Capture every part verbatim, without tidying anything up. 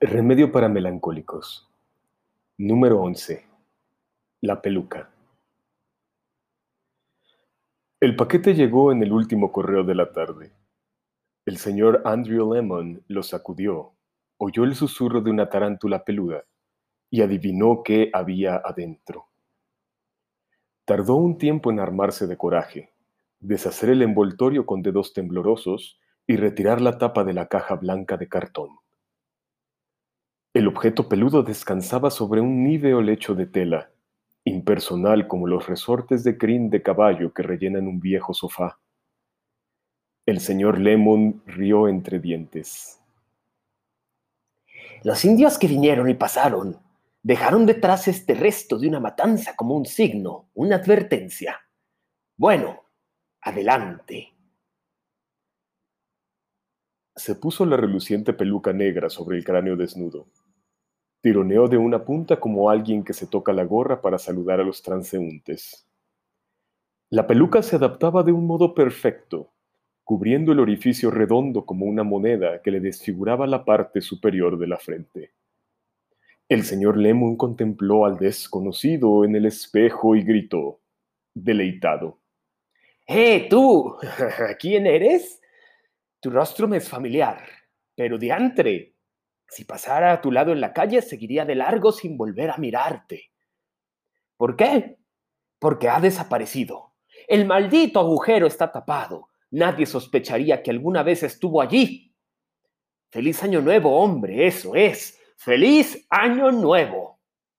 Remedio para melancólicos. Número once. La peluca. El paquete llegó en el último correo de la tarde. El señor Andrew Lemon lo sacudió, oyó el susurro de una tarántula peluda y adivinó qué había adentro. Tardó un tiempo en armarse de coraje, deshacer el envoltorio con dedos temblorosos y retirar la tapa de la caja blanca de cartón. El objeto peludo descansaba sobre un níveo lecho de tela, impersonal como los resortes de crin de caballo que rellenan un viejo sofá. El señor Lemon rió entre dientes. Los indios que vinieron y pasaron dejaron detrás este resto de una matanza como un signo, una advertencia. Bueno, adelante. Se puso la reluciente peluca negra sobre el cráneo desnudo. Tironeó de una punta como alguien que se toca la gorra para saludar a los transeúntes. La peluca se adaptaba de un modo perfecto, cubriendo el orificio redondo como una moneda que le desfiguraba la parte superior de la frente. El señor Lemon contempló al desconocido en el espejo y gritó, deleitado. ¡Eh, tú! ¿Quién eres? Tu rostro me es familiar, pero diantre, si pasara a tu lado en la calle, seguiría de largo sin volver a mirarte. ¿Por qué? Porque ha desaparecido. El maldito agujero está tapado. Nadie sospecharía que alguna vez estuvo allí. ¡Feliz Año Nuevo, hombre! ¡Eso es! ¡Feliz Año Nuevo!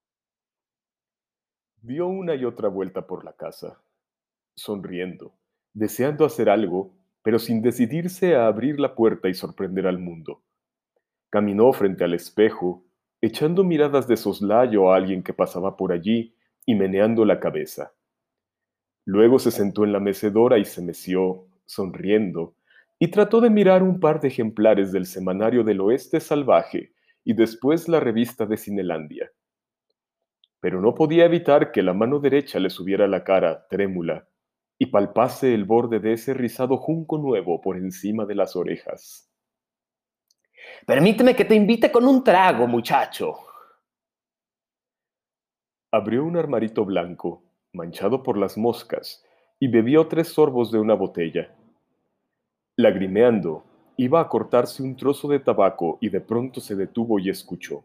Dio una y otra vuelta por la casa, sonriendo, deseando hacer algo, pero sin decidirse a abrir la puerta y sorprender al mundo. Caminó frente al espejo, echando miradas de soslayo a alguien que pasaba por allí y meneando la cabeza. Luego se sentó en la mecedora y se meció, sonriendo, y trató de mirar un par de ejemplares del Semanario del Oeste Salvaje y después la revista de Cinelandia. Pero no podía evitar que la mano derecha le subiera a la cara, trémula, y palpase el borde de ese rizado junco nuevo por encima de las orejas. Permíteme que te invite con un trago, muchacho. Abrió un armarito blanco, manchado por las moscas, y bebió tres sorbos de una botella. Lagrimeando, iba a cortarse un trozo de tabaco y de pronto se detuvo y escuchó.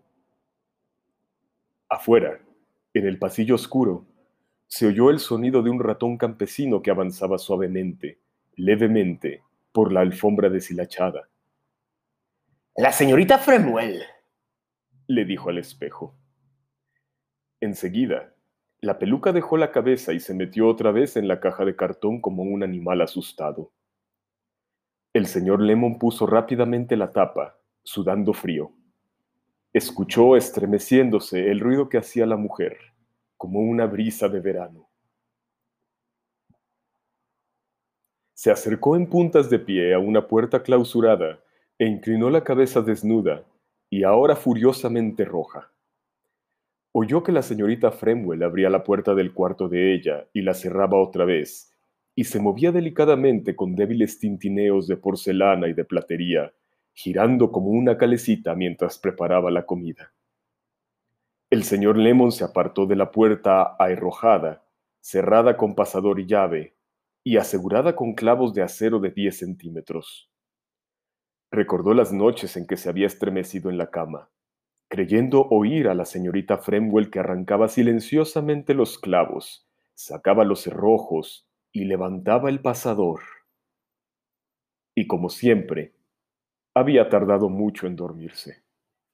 Afuera, en el pasillo oscuro, se oyó el sonido de un ratón campesino que avanzaba suavemente, levemente, por la alfombra deshilachada. La señorita Fremuel, Le dijo al espejo. Enseguida, la peluca dejó la cabeza y se metió otra vez en la caja de cartón como un animal asustado. El señor Lemon puso rápidamente la tapa, sudando frío. Escuchó estremeciéndose el ruido que hacía la mujer, como una brisa de verano. Se acercó en puntas de pie a una puerta clausurada e inclinó la cabeza desnuda y ahora furiosamente roja. Oyó que la señorita Fremwell abría la puerta del cuarto de ella y la cerraba otra vez, y se movía delicadamente con débiles tintineos de porcelana y de platería, girando como una calecita mientras preparaba la comida. El señor Lemon se apartó de la puerta aherrojada, cerrada con pasador y llave, y asegurada con clavos de acero de diez centímetros. Recordó las noches en que se había estremecido en la cama, creyendo oír a la señorita Fremwell que arrancaba silenciosamente los clavos, sacaba los cerrojos y levantaba el pasador. Y como siempre, había tardado mucho en dormirse.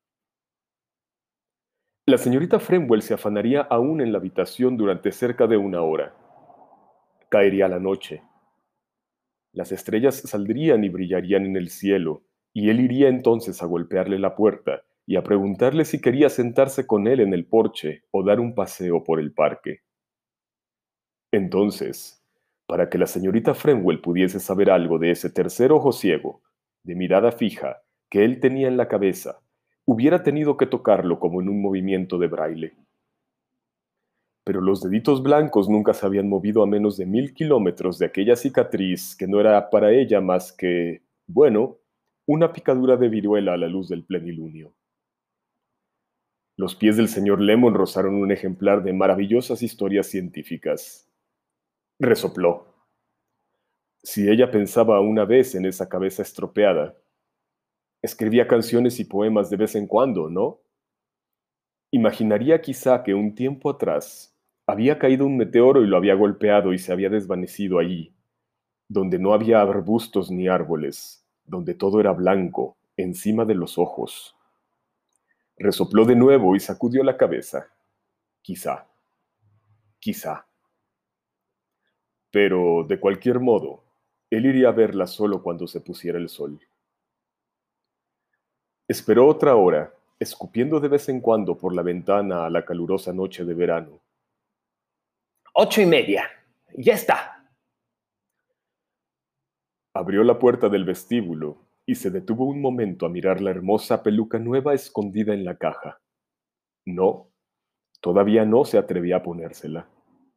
La señorita Fremwell se afanaría aún en la habitación durante cerca de una hora. Caería la noche. Las estrellas saldrían y brillarían en el cielo, y él iría entonces a golpearle la puerta y a preguntarle si quería sentarse con él en el porche o dar un paseo por el parque. Entonces, para que la señorita Fremwell pudiese saber algo de ese tercer ojo ciego, de mirada fija, que él tenía en la cabeza, hubiera tenido que tocarlo como en un movimiento de braille. Pero los deditos blancos nunca se habían movido a menos de mil kilómetros de aquella cicatriz que no era para ella más que, bueno, una picadura de viruela a la luz del plenilunio. Los pies del señor Lemon rozaron un ejemplar de maravillosas historias científicas. Resopló. Si ella pensaba una vez en esa cabeza estropeada, escribía canciones y poemas de vez en cuando, ¿no? Imaginaría quizá que un tiempo atrás había caído un meteoro y lo había golpeado y se había desvanecido allí, donde no había arbustos ni árboles, donde todo era blanco, encima de los ojos. Resopló de nuevo y sacudió la cabeza. Quizá, quizá. Pero, de cualquier modo, él iría a verla solo cuando se pusiera el sol. Esperó otra hora, escupiendo de vez en cuando por la ventana a la calurosa noche de verano. Ocho y media. Ya está. Abrió la puerta del vestíbulo y se detuvo un momento a mirar la hermosa peluca nueva escondida en la caja. No, todavía no se atrevía a ponérsela.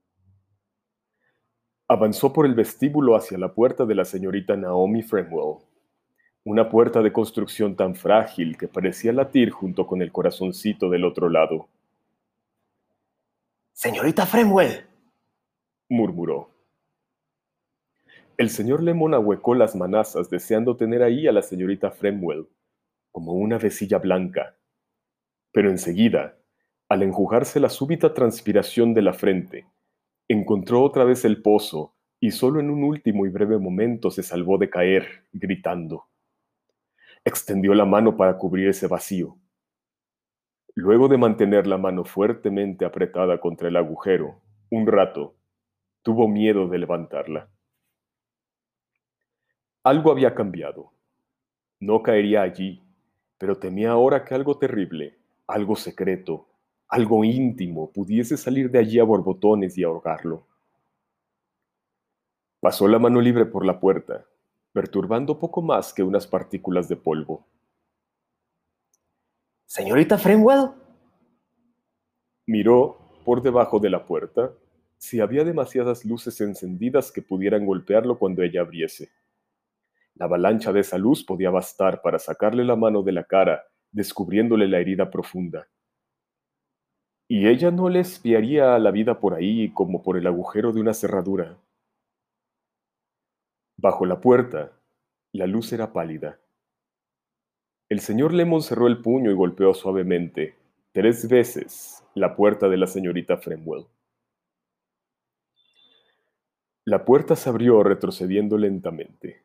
Avanzó por el vestíbulo hacia la puerta de la señorita Naomi Frenwell, una puerta de construcción tan frágil que parecía latir junto con el corazoncito del otro lado. Señorita Frenwell, Murmuró. El señor Lemon ahuecó las manazas deseando tener ahí a la señorita Frenwell, como una vecilla blanca. Pero enseguida, al enjugarse la súbita transpiración de la frente, encontró otra vez el pozo y solo en un último y breve momento se salvó de caer, gritando. Extendió la mano para cubrir ese vacío. Luego de mantener la mano fuertemente apretada contra el agujero, un rato, tuvo miedo de levantarla. Algo había cambiado. No caería allí, pero temía ahora que algo terrible, algo secreto, algo íntimo pudiese salir de allí a borbotones y ahogarlo. Pasó la mano libre por la puerta, perturbando poco más que unas partículas de polvo. señorita Frenwell. Miró, por debajo de la puerta, si había demasiadas luces encendidas que pudieran golpearlo cuando ella abriese. La avalancha de esa luz podía bastar para sacarle la mano de la cara, descubriéndole la herida profunda. Y ella no le espiaría a la vida por ahí como por el agujero de una cerradura. Bajo la puerta, la luz era pálida. El señor Lemon cerró el puño y golpeó suavemente, tres veces, la puerta de la señorita Frenwell. La puerta se abrió retrocediendo lentamente.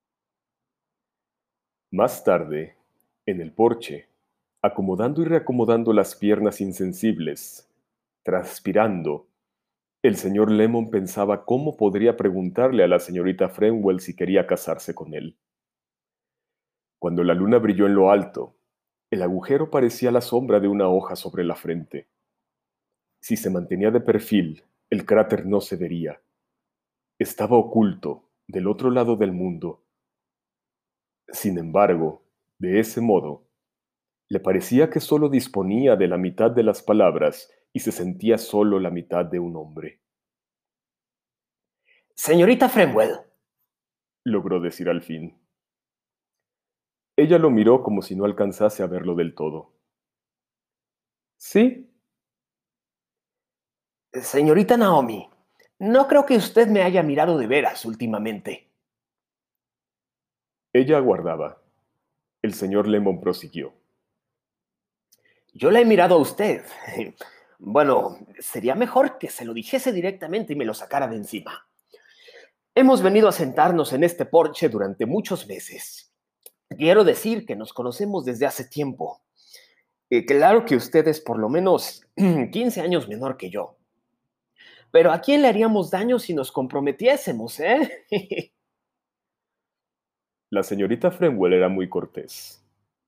Más tarde, en el porche, acomodando y reacomodando las piernas insensibles, transpirando, el señor Lemon pensaba cómo podría preguntarle a la señorita Frenwell si quería casarse con él. Cuando la luna brilló en lo alto, el agujero parecía la sombra de una hoja sobre la frente. Si se mantenía de perfil, el cráter no se vería. Estaba oculto, del otro lado del mundo. Sin embargo, de ese modo, le parecía que solo disponía de la mitad de las palabras y se sentía solo la mitad de un hombre. Señorita Frenwell. Logró decir al fin. Ella lo miró como si no alcanzase a verlo del todo. ¿Sí? Señorita Naomi, no creo que usted me haya mirado de veras últimamente. Ella aguardaba. El señor Lemon prosiguió. Yo la he mirado a usted. Bueno, sería mejor que se lo dijese directamente y me lo sacara de encima. Hemos venido a sentarnos en este porche durante muchos meses. Quiero decir que nos conocemos desde hace tiempo. Eh, claro que usted es por lo menos quince años menor que yo. Pero ¿a quién le haríamos daño si nos comprometiésemos, eh? La señorita Frenwell era muy cortés.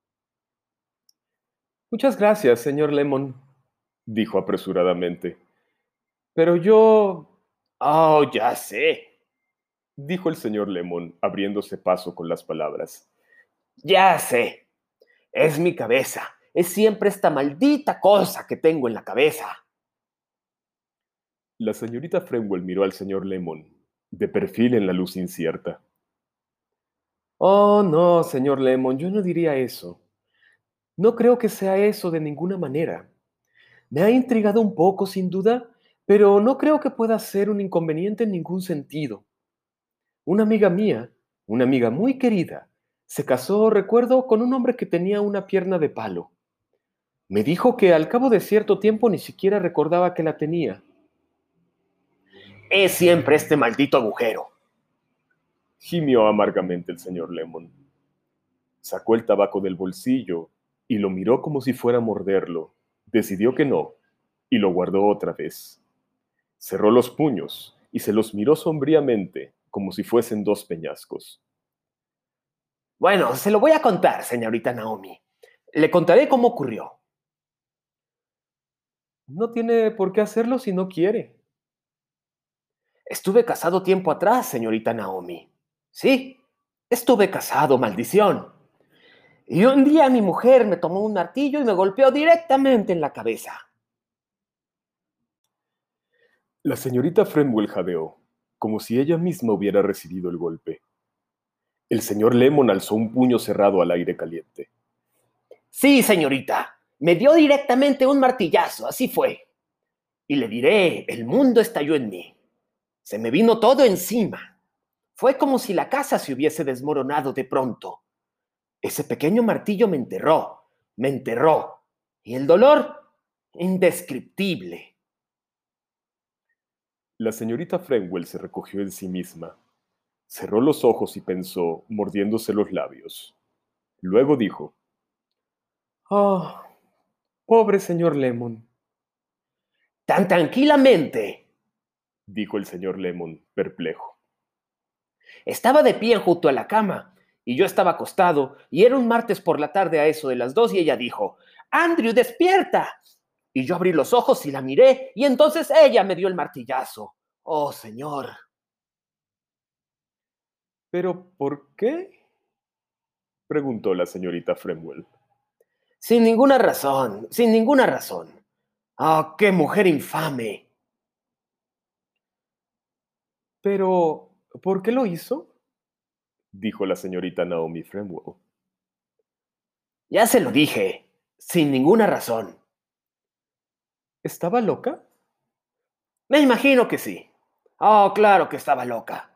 Muchas gracias, señor Lemon, dijo apresuradamente. Pero yo... Oh, ya sé. dijo el señor Lemon, abriéndose paso con las palabras. Ya sé. Es mi cabeza. Es siempre esta maldita cosa que tengo en la cabeza. La señorita Frenwell miró al señor Lemon, de perfil en la luz incierta. Oh, no, señor Lemon, yo no diría eso. No creo que sea eso de ninguna manera. Me ha intrigado un poco, sin duda, pero no creo que pueda ser un inconveniente en ningún sentido. Una amiga mía, una amiga muy querida, se casó, recuerdo, con un hombre que tenía una pierna de palo. Me dijo que al cabo de cierto tiempo ni siquiera recordaba que la tenía. Es siempre este maldito agujero, Gimió amargamente el señor Lemon. Sacó el tabaco del bolsillo y lo miró como si fuera a morderlo. Decidió que no, y lo guardó otra vez. Cerró los puños y se los miró sombríamente, como si fuesen dos peñascos. Bueno, se lo voy a contar, señorita Naomi. Le contaré cómo ocurrió. No tiene por qué hacerlo si no quiere. Estuve casado tiempo atrás, señorita Naomi. Sí, estuve casado, maldición. Y un día mi mujer me tomó un martillo y me golpeó directamente en la cabeza. La señorita Frenwell jadeó, como si ella misma hubiera recibido el golpe. El señor Lemon alzó un puño cerrado al aire caliente. Sí, señorita, me dio directamente un martillazo, así fue. Y le diré, el mundo estalló en mí. Se me vino todo encima. Fue como si la casa se hubiese desmoronado de pronto. Ese pequeño martillo me enterró, me enterró. Y el dolor, indescriptible. La señorita Frenwell se recogió en sí misma. Cerró los ojos y pensó, mordiéndose los labios. Luego dijo: Oh, pobre señor Lemon. Tan tranquilamente, dijo el señor Lemon, perplejo. estaba de pie junto a la cama y yo estaba acostado y era un martes por la tarde a eso de las dos y ella dijo, Andrew, despierta. Y yo abrí los ojos y la miré y entonces ella me dio el martillazo. Oh, señor. ¿Pero por qué? Preguntó la señorita Frenwell. Sin ninguna razón, sin ninguna razón. Oh, qué mujer infame. ¿Pero por qué lo hizo? Dijo la señorita Naomi Frenwell. Ya se lo dije, sin ninguna razón. ¿Estaba loca? Me imagino que sí. Oh, claro que estaba loca.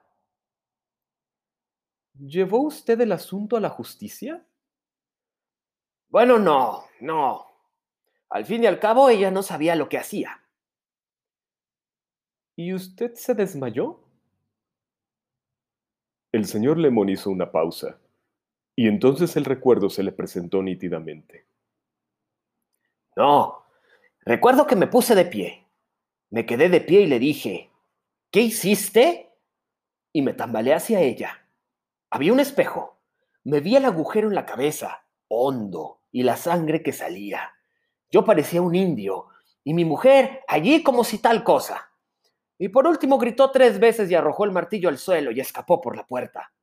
¿Llevó usted el asunto a la justicia? Bueno, no, no. Al fin y al cabo, ella no sabía lo que hacía. ¿Y usted se desmayó? El señor Lemon hizo una pausa, y entonces el recuerdo se le presentó nítidamente. No, recuerdo que me puse de pie. Me quedé de pie y le dije, ¿qué hiciste? Y me tambaleé hacia ella. Había un espejo. Me vi el agujero en la cabeza, hondo, y la sangre que salía. Yo parecía un indio, y mi mujer allí como si tal cosa. Y por último gritó tres veces y arrojó el martillo al suelo y escapó por la puerta.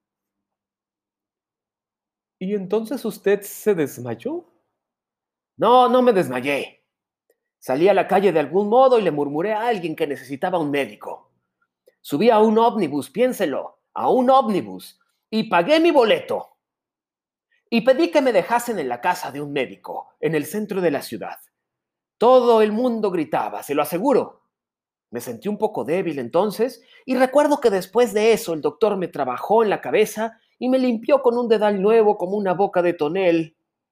¿Y entonces usted se desmayó? No, no me desmayé. Salí a la calle de algún modo y le murmuré a alguien que necesitaba un médico. Subí a un ómnibus, piénselo, a un ómnibus, y pagué mi boleto. Y pedí que me dejasen en la casa de un médico, en el centro de la ciudad. Todo el mundo gritaba, se lo aseguro. Me sentí un poco débil entonces y recuerdo que después de eso el doctor me trabajó en la cabeza y me limpió con un dedal nuevo como una boca de tonel.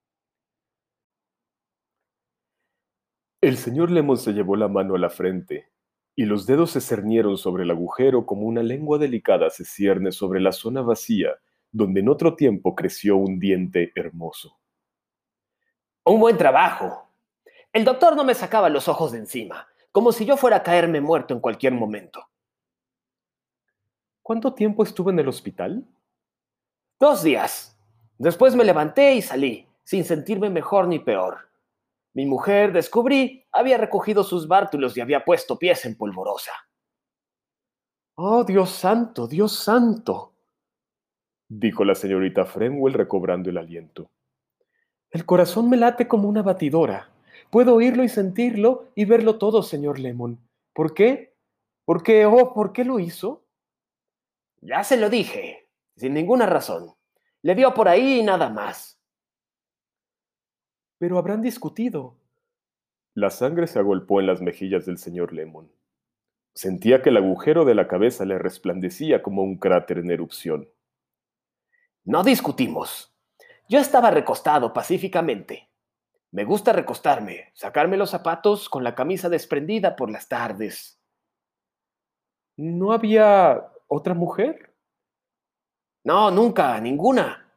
El señor Lemon se llevó la mano a la frente, y los dedos se cernieron sobre el agujero como una lengua delicada se cierne sobre la zona vacía donde en otro tiempo creció un diente hermoso. Un buen trabajo. El doctor no me sacaba los ojos de encima, como si yo fuera a caerme muerto en cualquier momento. ¿Cuánto tiempo estuvo en el hospital? Dos días. Después me levanté y salí, sin sentirme mejor ni peor. Mi mujer, descubrí, había recogido sus bártulos y había puesto pies en polvorosa. ¡Oh, Dios santo, Dios santo!, dijo la señorita Frenwell recobrando el aliento. El corazón me late como una batidora. Puedo oírlo y sentirlo y verlo todo, señor Lemon. ¿Por qué? ¿Por qué? Oh, ¿por qué lo hizo? Ya se lo dije, sin ninguna razón. Le dio por ahí y nada más. Pero habrán discutido. La sangre se agolpó en las mejillas del señor Lemon. Sentía que el agujero de la cabeza le resplandecía como un cráter en erupción. No discutimos. Yo estaba recostado pacíficamente. Me gusta recostarme, sacarme los zapatos con la camisa desprendida por las tardes. ¿No había otra mujer? No, nunca, ninguna.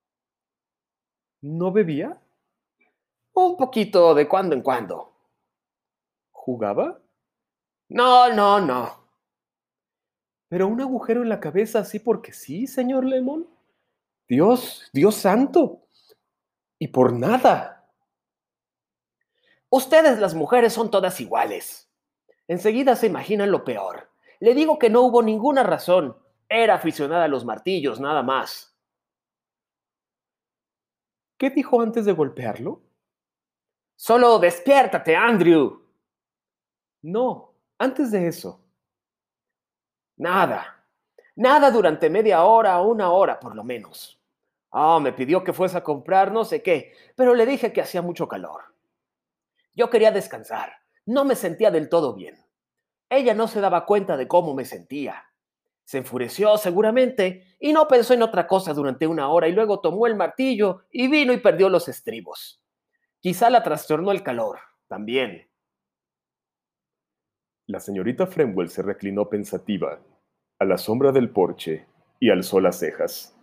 ¿No bebía? Un poquito de cuando en cuando. ¿Jugaba? No, no, no. ¿Pero un agujero en la cabeza así porque sí, señor Lemon? Dios, Dios santo. Y por nada. Ustedes las mujeres son todas iguales. Enseguida se imaginan lo peor. Le digo que no hubo ninguna razón. Era aficionada a los martillos, nada más. ¿Qué dijo antes de golpearlo? Solo despiértate, Andrew. No, antes de eso. Nada. Nada durante media hora o una hora, por lo menos. Ah, oh, me pidió que fuese a comprar no sé qué, pero le dije que hacía mucho calor. Yo quería descansar. No me sentía del todo bien. Ella no se daba cuenta de cómo me sentía. Se enfureció seguramente y no pensó en otra cosa durante una hora y luego tomó el martillo y vino y perdió los estribos. Quizá la trastornó el calor, también. La señorita Frenwell se reclinó pensativa, a la sombra del porche, y alzó las cejas.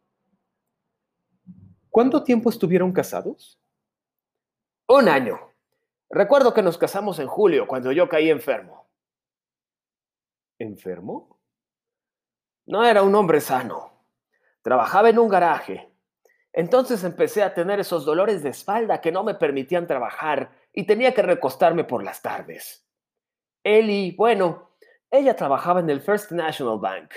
¿Cuánto tiempo estuvieron casados? Un año. Recuerdo que nos casamos en julio, cuando yo caí enfermo. ¿Enfermo? No era un hombre sano. Trabajaba en un garaje. Entonces empecé a tener esos dolores de espalda que no me permitían trabajar y tenía que recostarme por las tardes. Ellie, bueno, ella trabajaba en el First National Bank.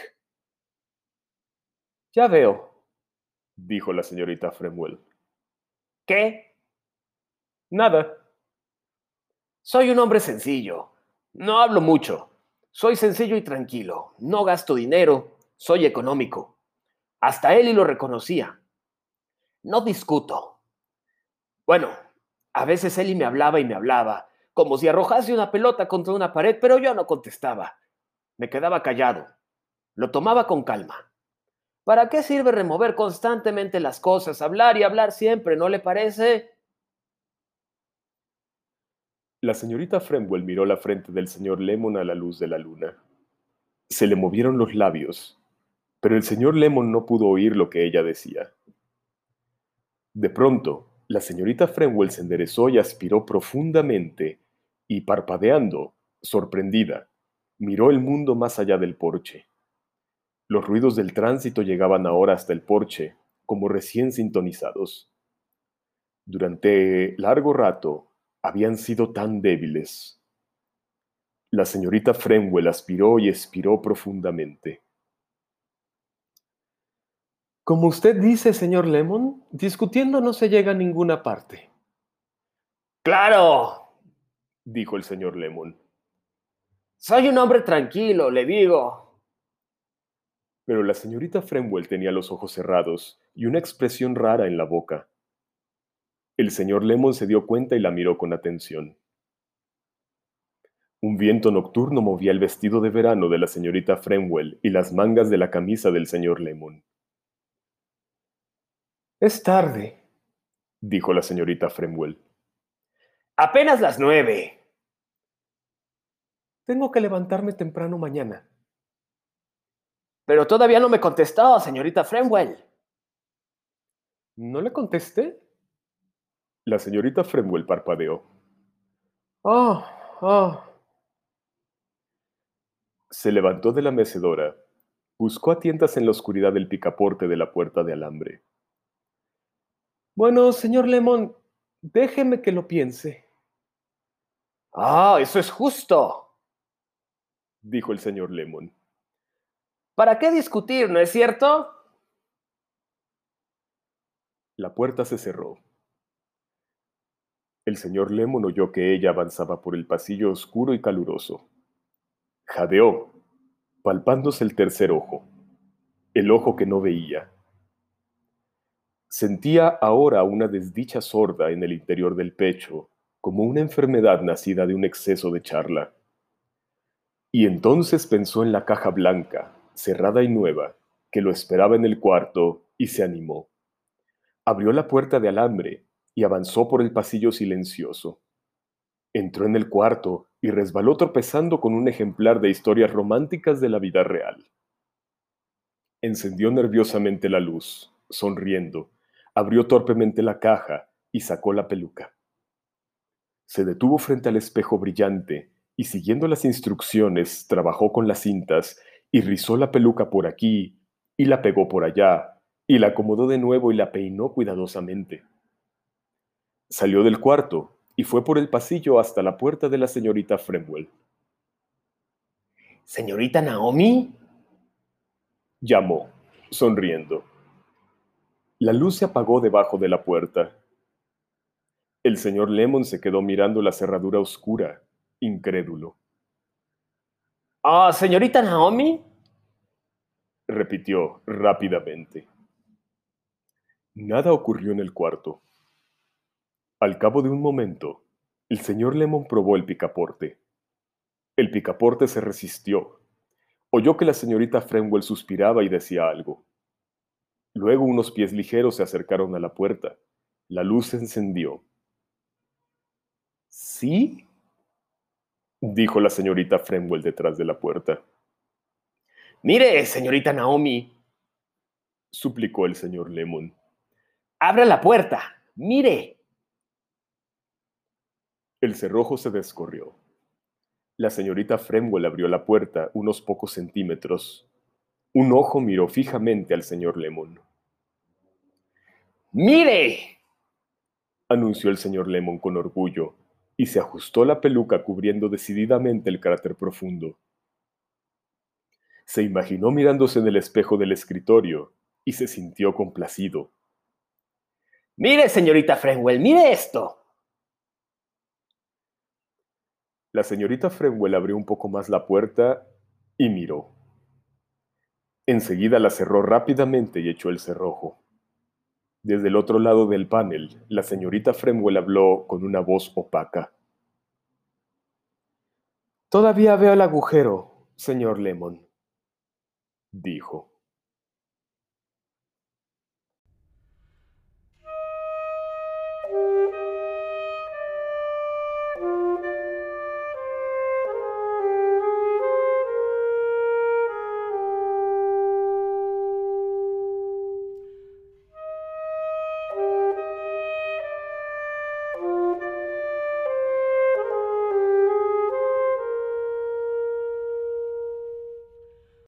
Ya veo, dijo la señorita Frenwell. ¿Qué? Nada. Soy un hombre sencillo. No hablo mucho. Soy sencillo y tranquilo. No gasto dinero. Soy económico. Hasta Ellie lo reconocía. No discuto. Bueno, a veces Ellie me hablaba y me hablaba, como si arrojase una pelota contra una pared, pero yo no contestaba. Me quedaba callado. Lo tomaba con calma. ¿Para qué sirve remover constantemente las cosas, hablar y hablar siempre, no le parece? La señorita Frenwell miró la frente del señor Lemon a la luz de la luna. Se le movieron los labios, pero el señor Lemon no pudo oír lo que ella decía. De pronto, la señorita Frenwell se enderezó y aspiró profundamente, y parpadeando, sorprendida, miró el mundo más allá del porche. Los ruidos del tránsito llegaban ahora hasta el porche, como recién sintonizados. Durante largo rato habían sido tan débiles. La señorita Frenwell aspiró y expiró profundamente. Como usted dice, señor Lemon, discutiendo no se llega a ninguna parte, ¡Claro! dijo el señor Lemon. Soy un hombre tranquilo, le digo. Pero la señorita Frenwell tenía los ojos cerrados y una expresión rara en la boca. El señor Lemon se dio cuenta y la miró con atención. Un viento nocturno movía el vestido de verano de la señorita Frenwell y las mangas de la camisa del señor Lemon. Es tarde, dijo la señorita Frenwell. Apenas las nueve. Tengo que levantarme temprano mañana. Pero todavía no me contestó, señorita Frenwell. ¿No le contesté? La señorita Frenwell parpadeó. Oh, oh. Se levantó de la mecedora, buscó a tientas en la oscuridad el picaporte de la puerta de alambre. Bueno, señor Lemon, déjeme que lo piense, Ah, eso es justo. dijo el señor Lemon. ¿Para qué discutir, no es cierto? La puerta se cerró. El señor Lemon oyó que ella avanzaba por el pasillo oscuro y caluroso. Jadeó, palpándose el tercer ojo, el ojo que no veía. Sentía ahora una desdicha sorda en el interior del pecho como una enfermedad nacida de un exceso de charla. Y entonces pensó en la caja blanca, cerrada y nueva, que lo esperaba en el cuarto, y se animó. Abrió la puerta de alambre y avanzó por el pasillo silencioso. Entró en el cuarto y resbaló tropezando con un ejemplar de historias románticas de la vida real. Encendió nerviosamente la luz, sonriendo, abrió torpemente la caja y sacó la peluca. Se detuvo frente al espejo brillante y, siguiendo las instrucciones, trabajó con las cintas y rizó la peluca por aquí y la pegó por allá y la acomodó de nuevo y la peinó cuidadosamente. Salió del cuarto y fue por el pasillo hasta la puerta de la señorita Fremwell. ¿Señorita Naomi? Llamó, sonriendo. La luz se apagó debajo de la puerta. El señor Lemon se quedó mirando la cerradura oscura, incrédulo. Ah, ¿señorita Naomi? Repitió rápidamente. Nada ocurrió en el cuarto. Al cabo de un momento, el señor Lemon probó el picaporte. El picaporte se resistió. Oyó que la señorita Fremwell suspiraba y decía algo. Luego unos pies ligeros se acercaron a la puerta. La luz se encendió. ¿Sí? Dijo la señorita Fremwell detrás de la puerta. Mire, señorita Naomi. Suplicó el señor Lemon. Abra la puerta. Mire. El cerrojo se descorrió. La señorita Fremwell abrió la puerta unos pocos centímetros. Un ojo miró fijamente al señor Lemon. ¡Mire!, anunció el señor Lemon con orgullo, y se ajustó la peluca cubriendo decididamente el cráter profundo. Se imaginó mirándose en el espejo del escritorio y se sintió complacido. ¡Mire, señorita Fremwell, mire esto! La señorita Fremwell abrió un poco más la puerta y miró. Enseguida la cerró rápidamente y echó el cerrojo. Desde el otro lado del panel, la señorita Fremwell habló con una voz opaca. Todavía veo el agujero, señor Lemon, dijo.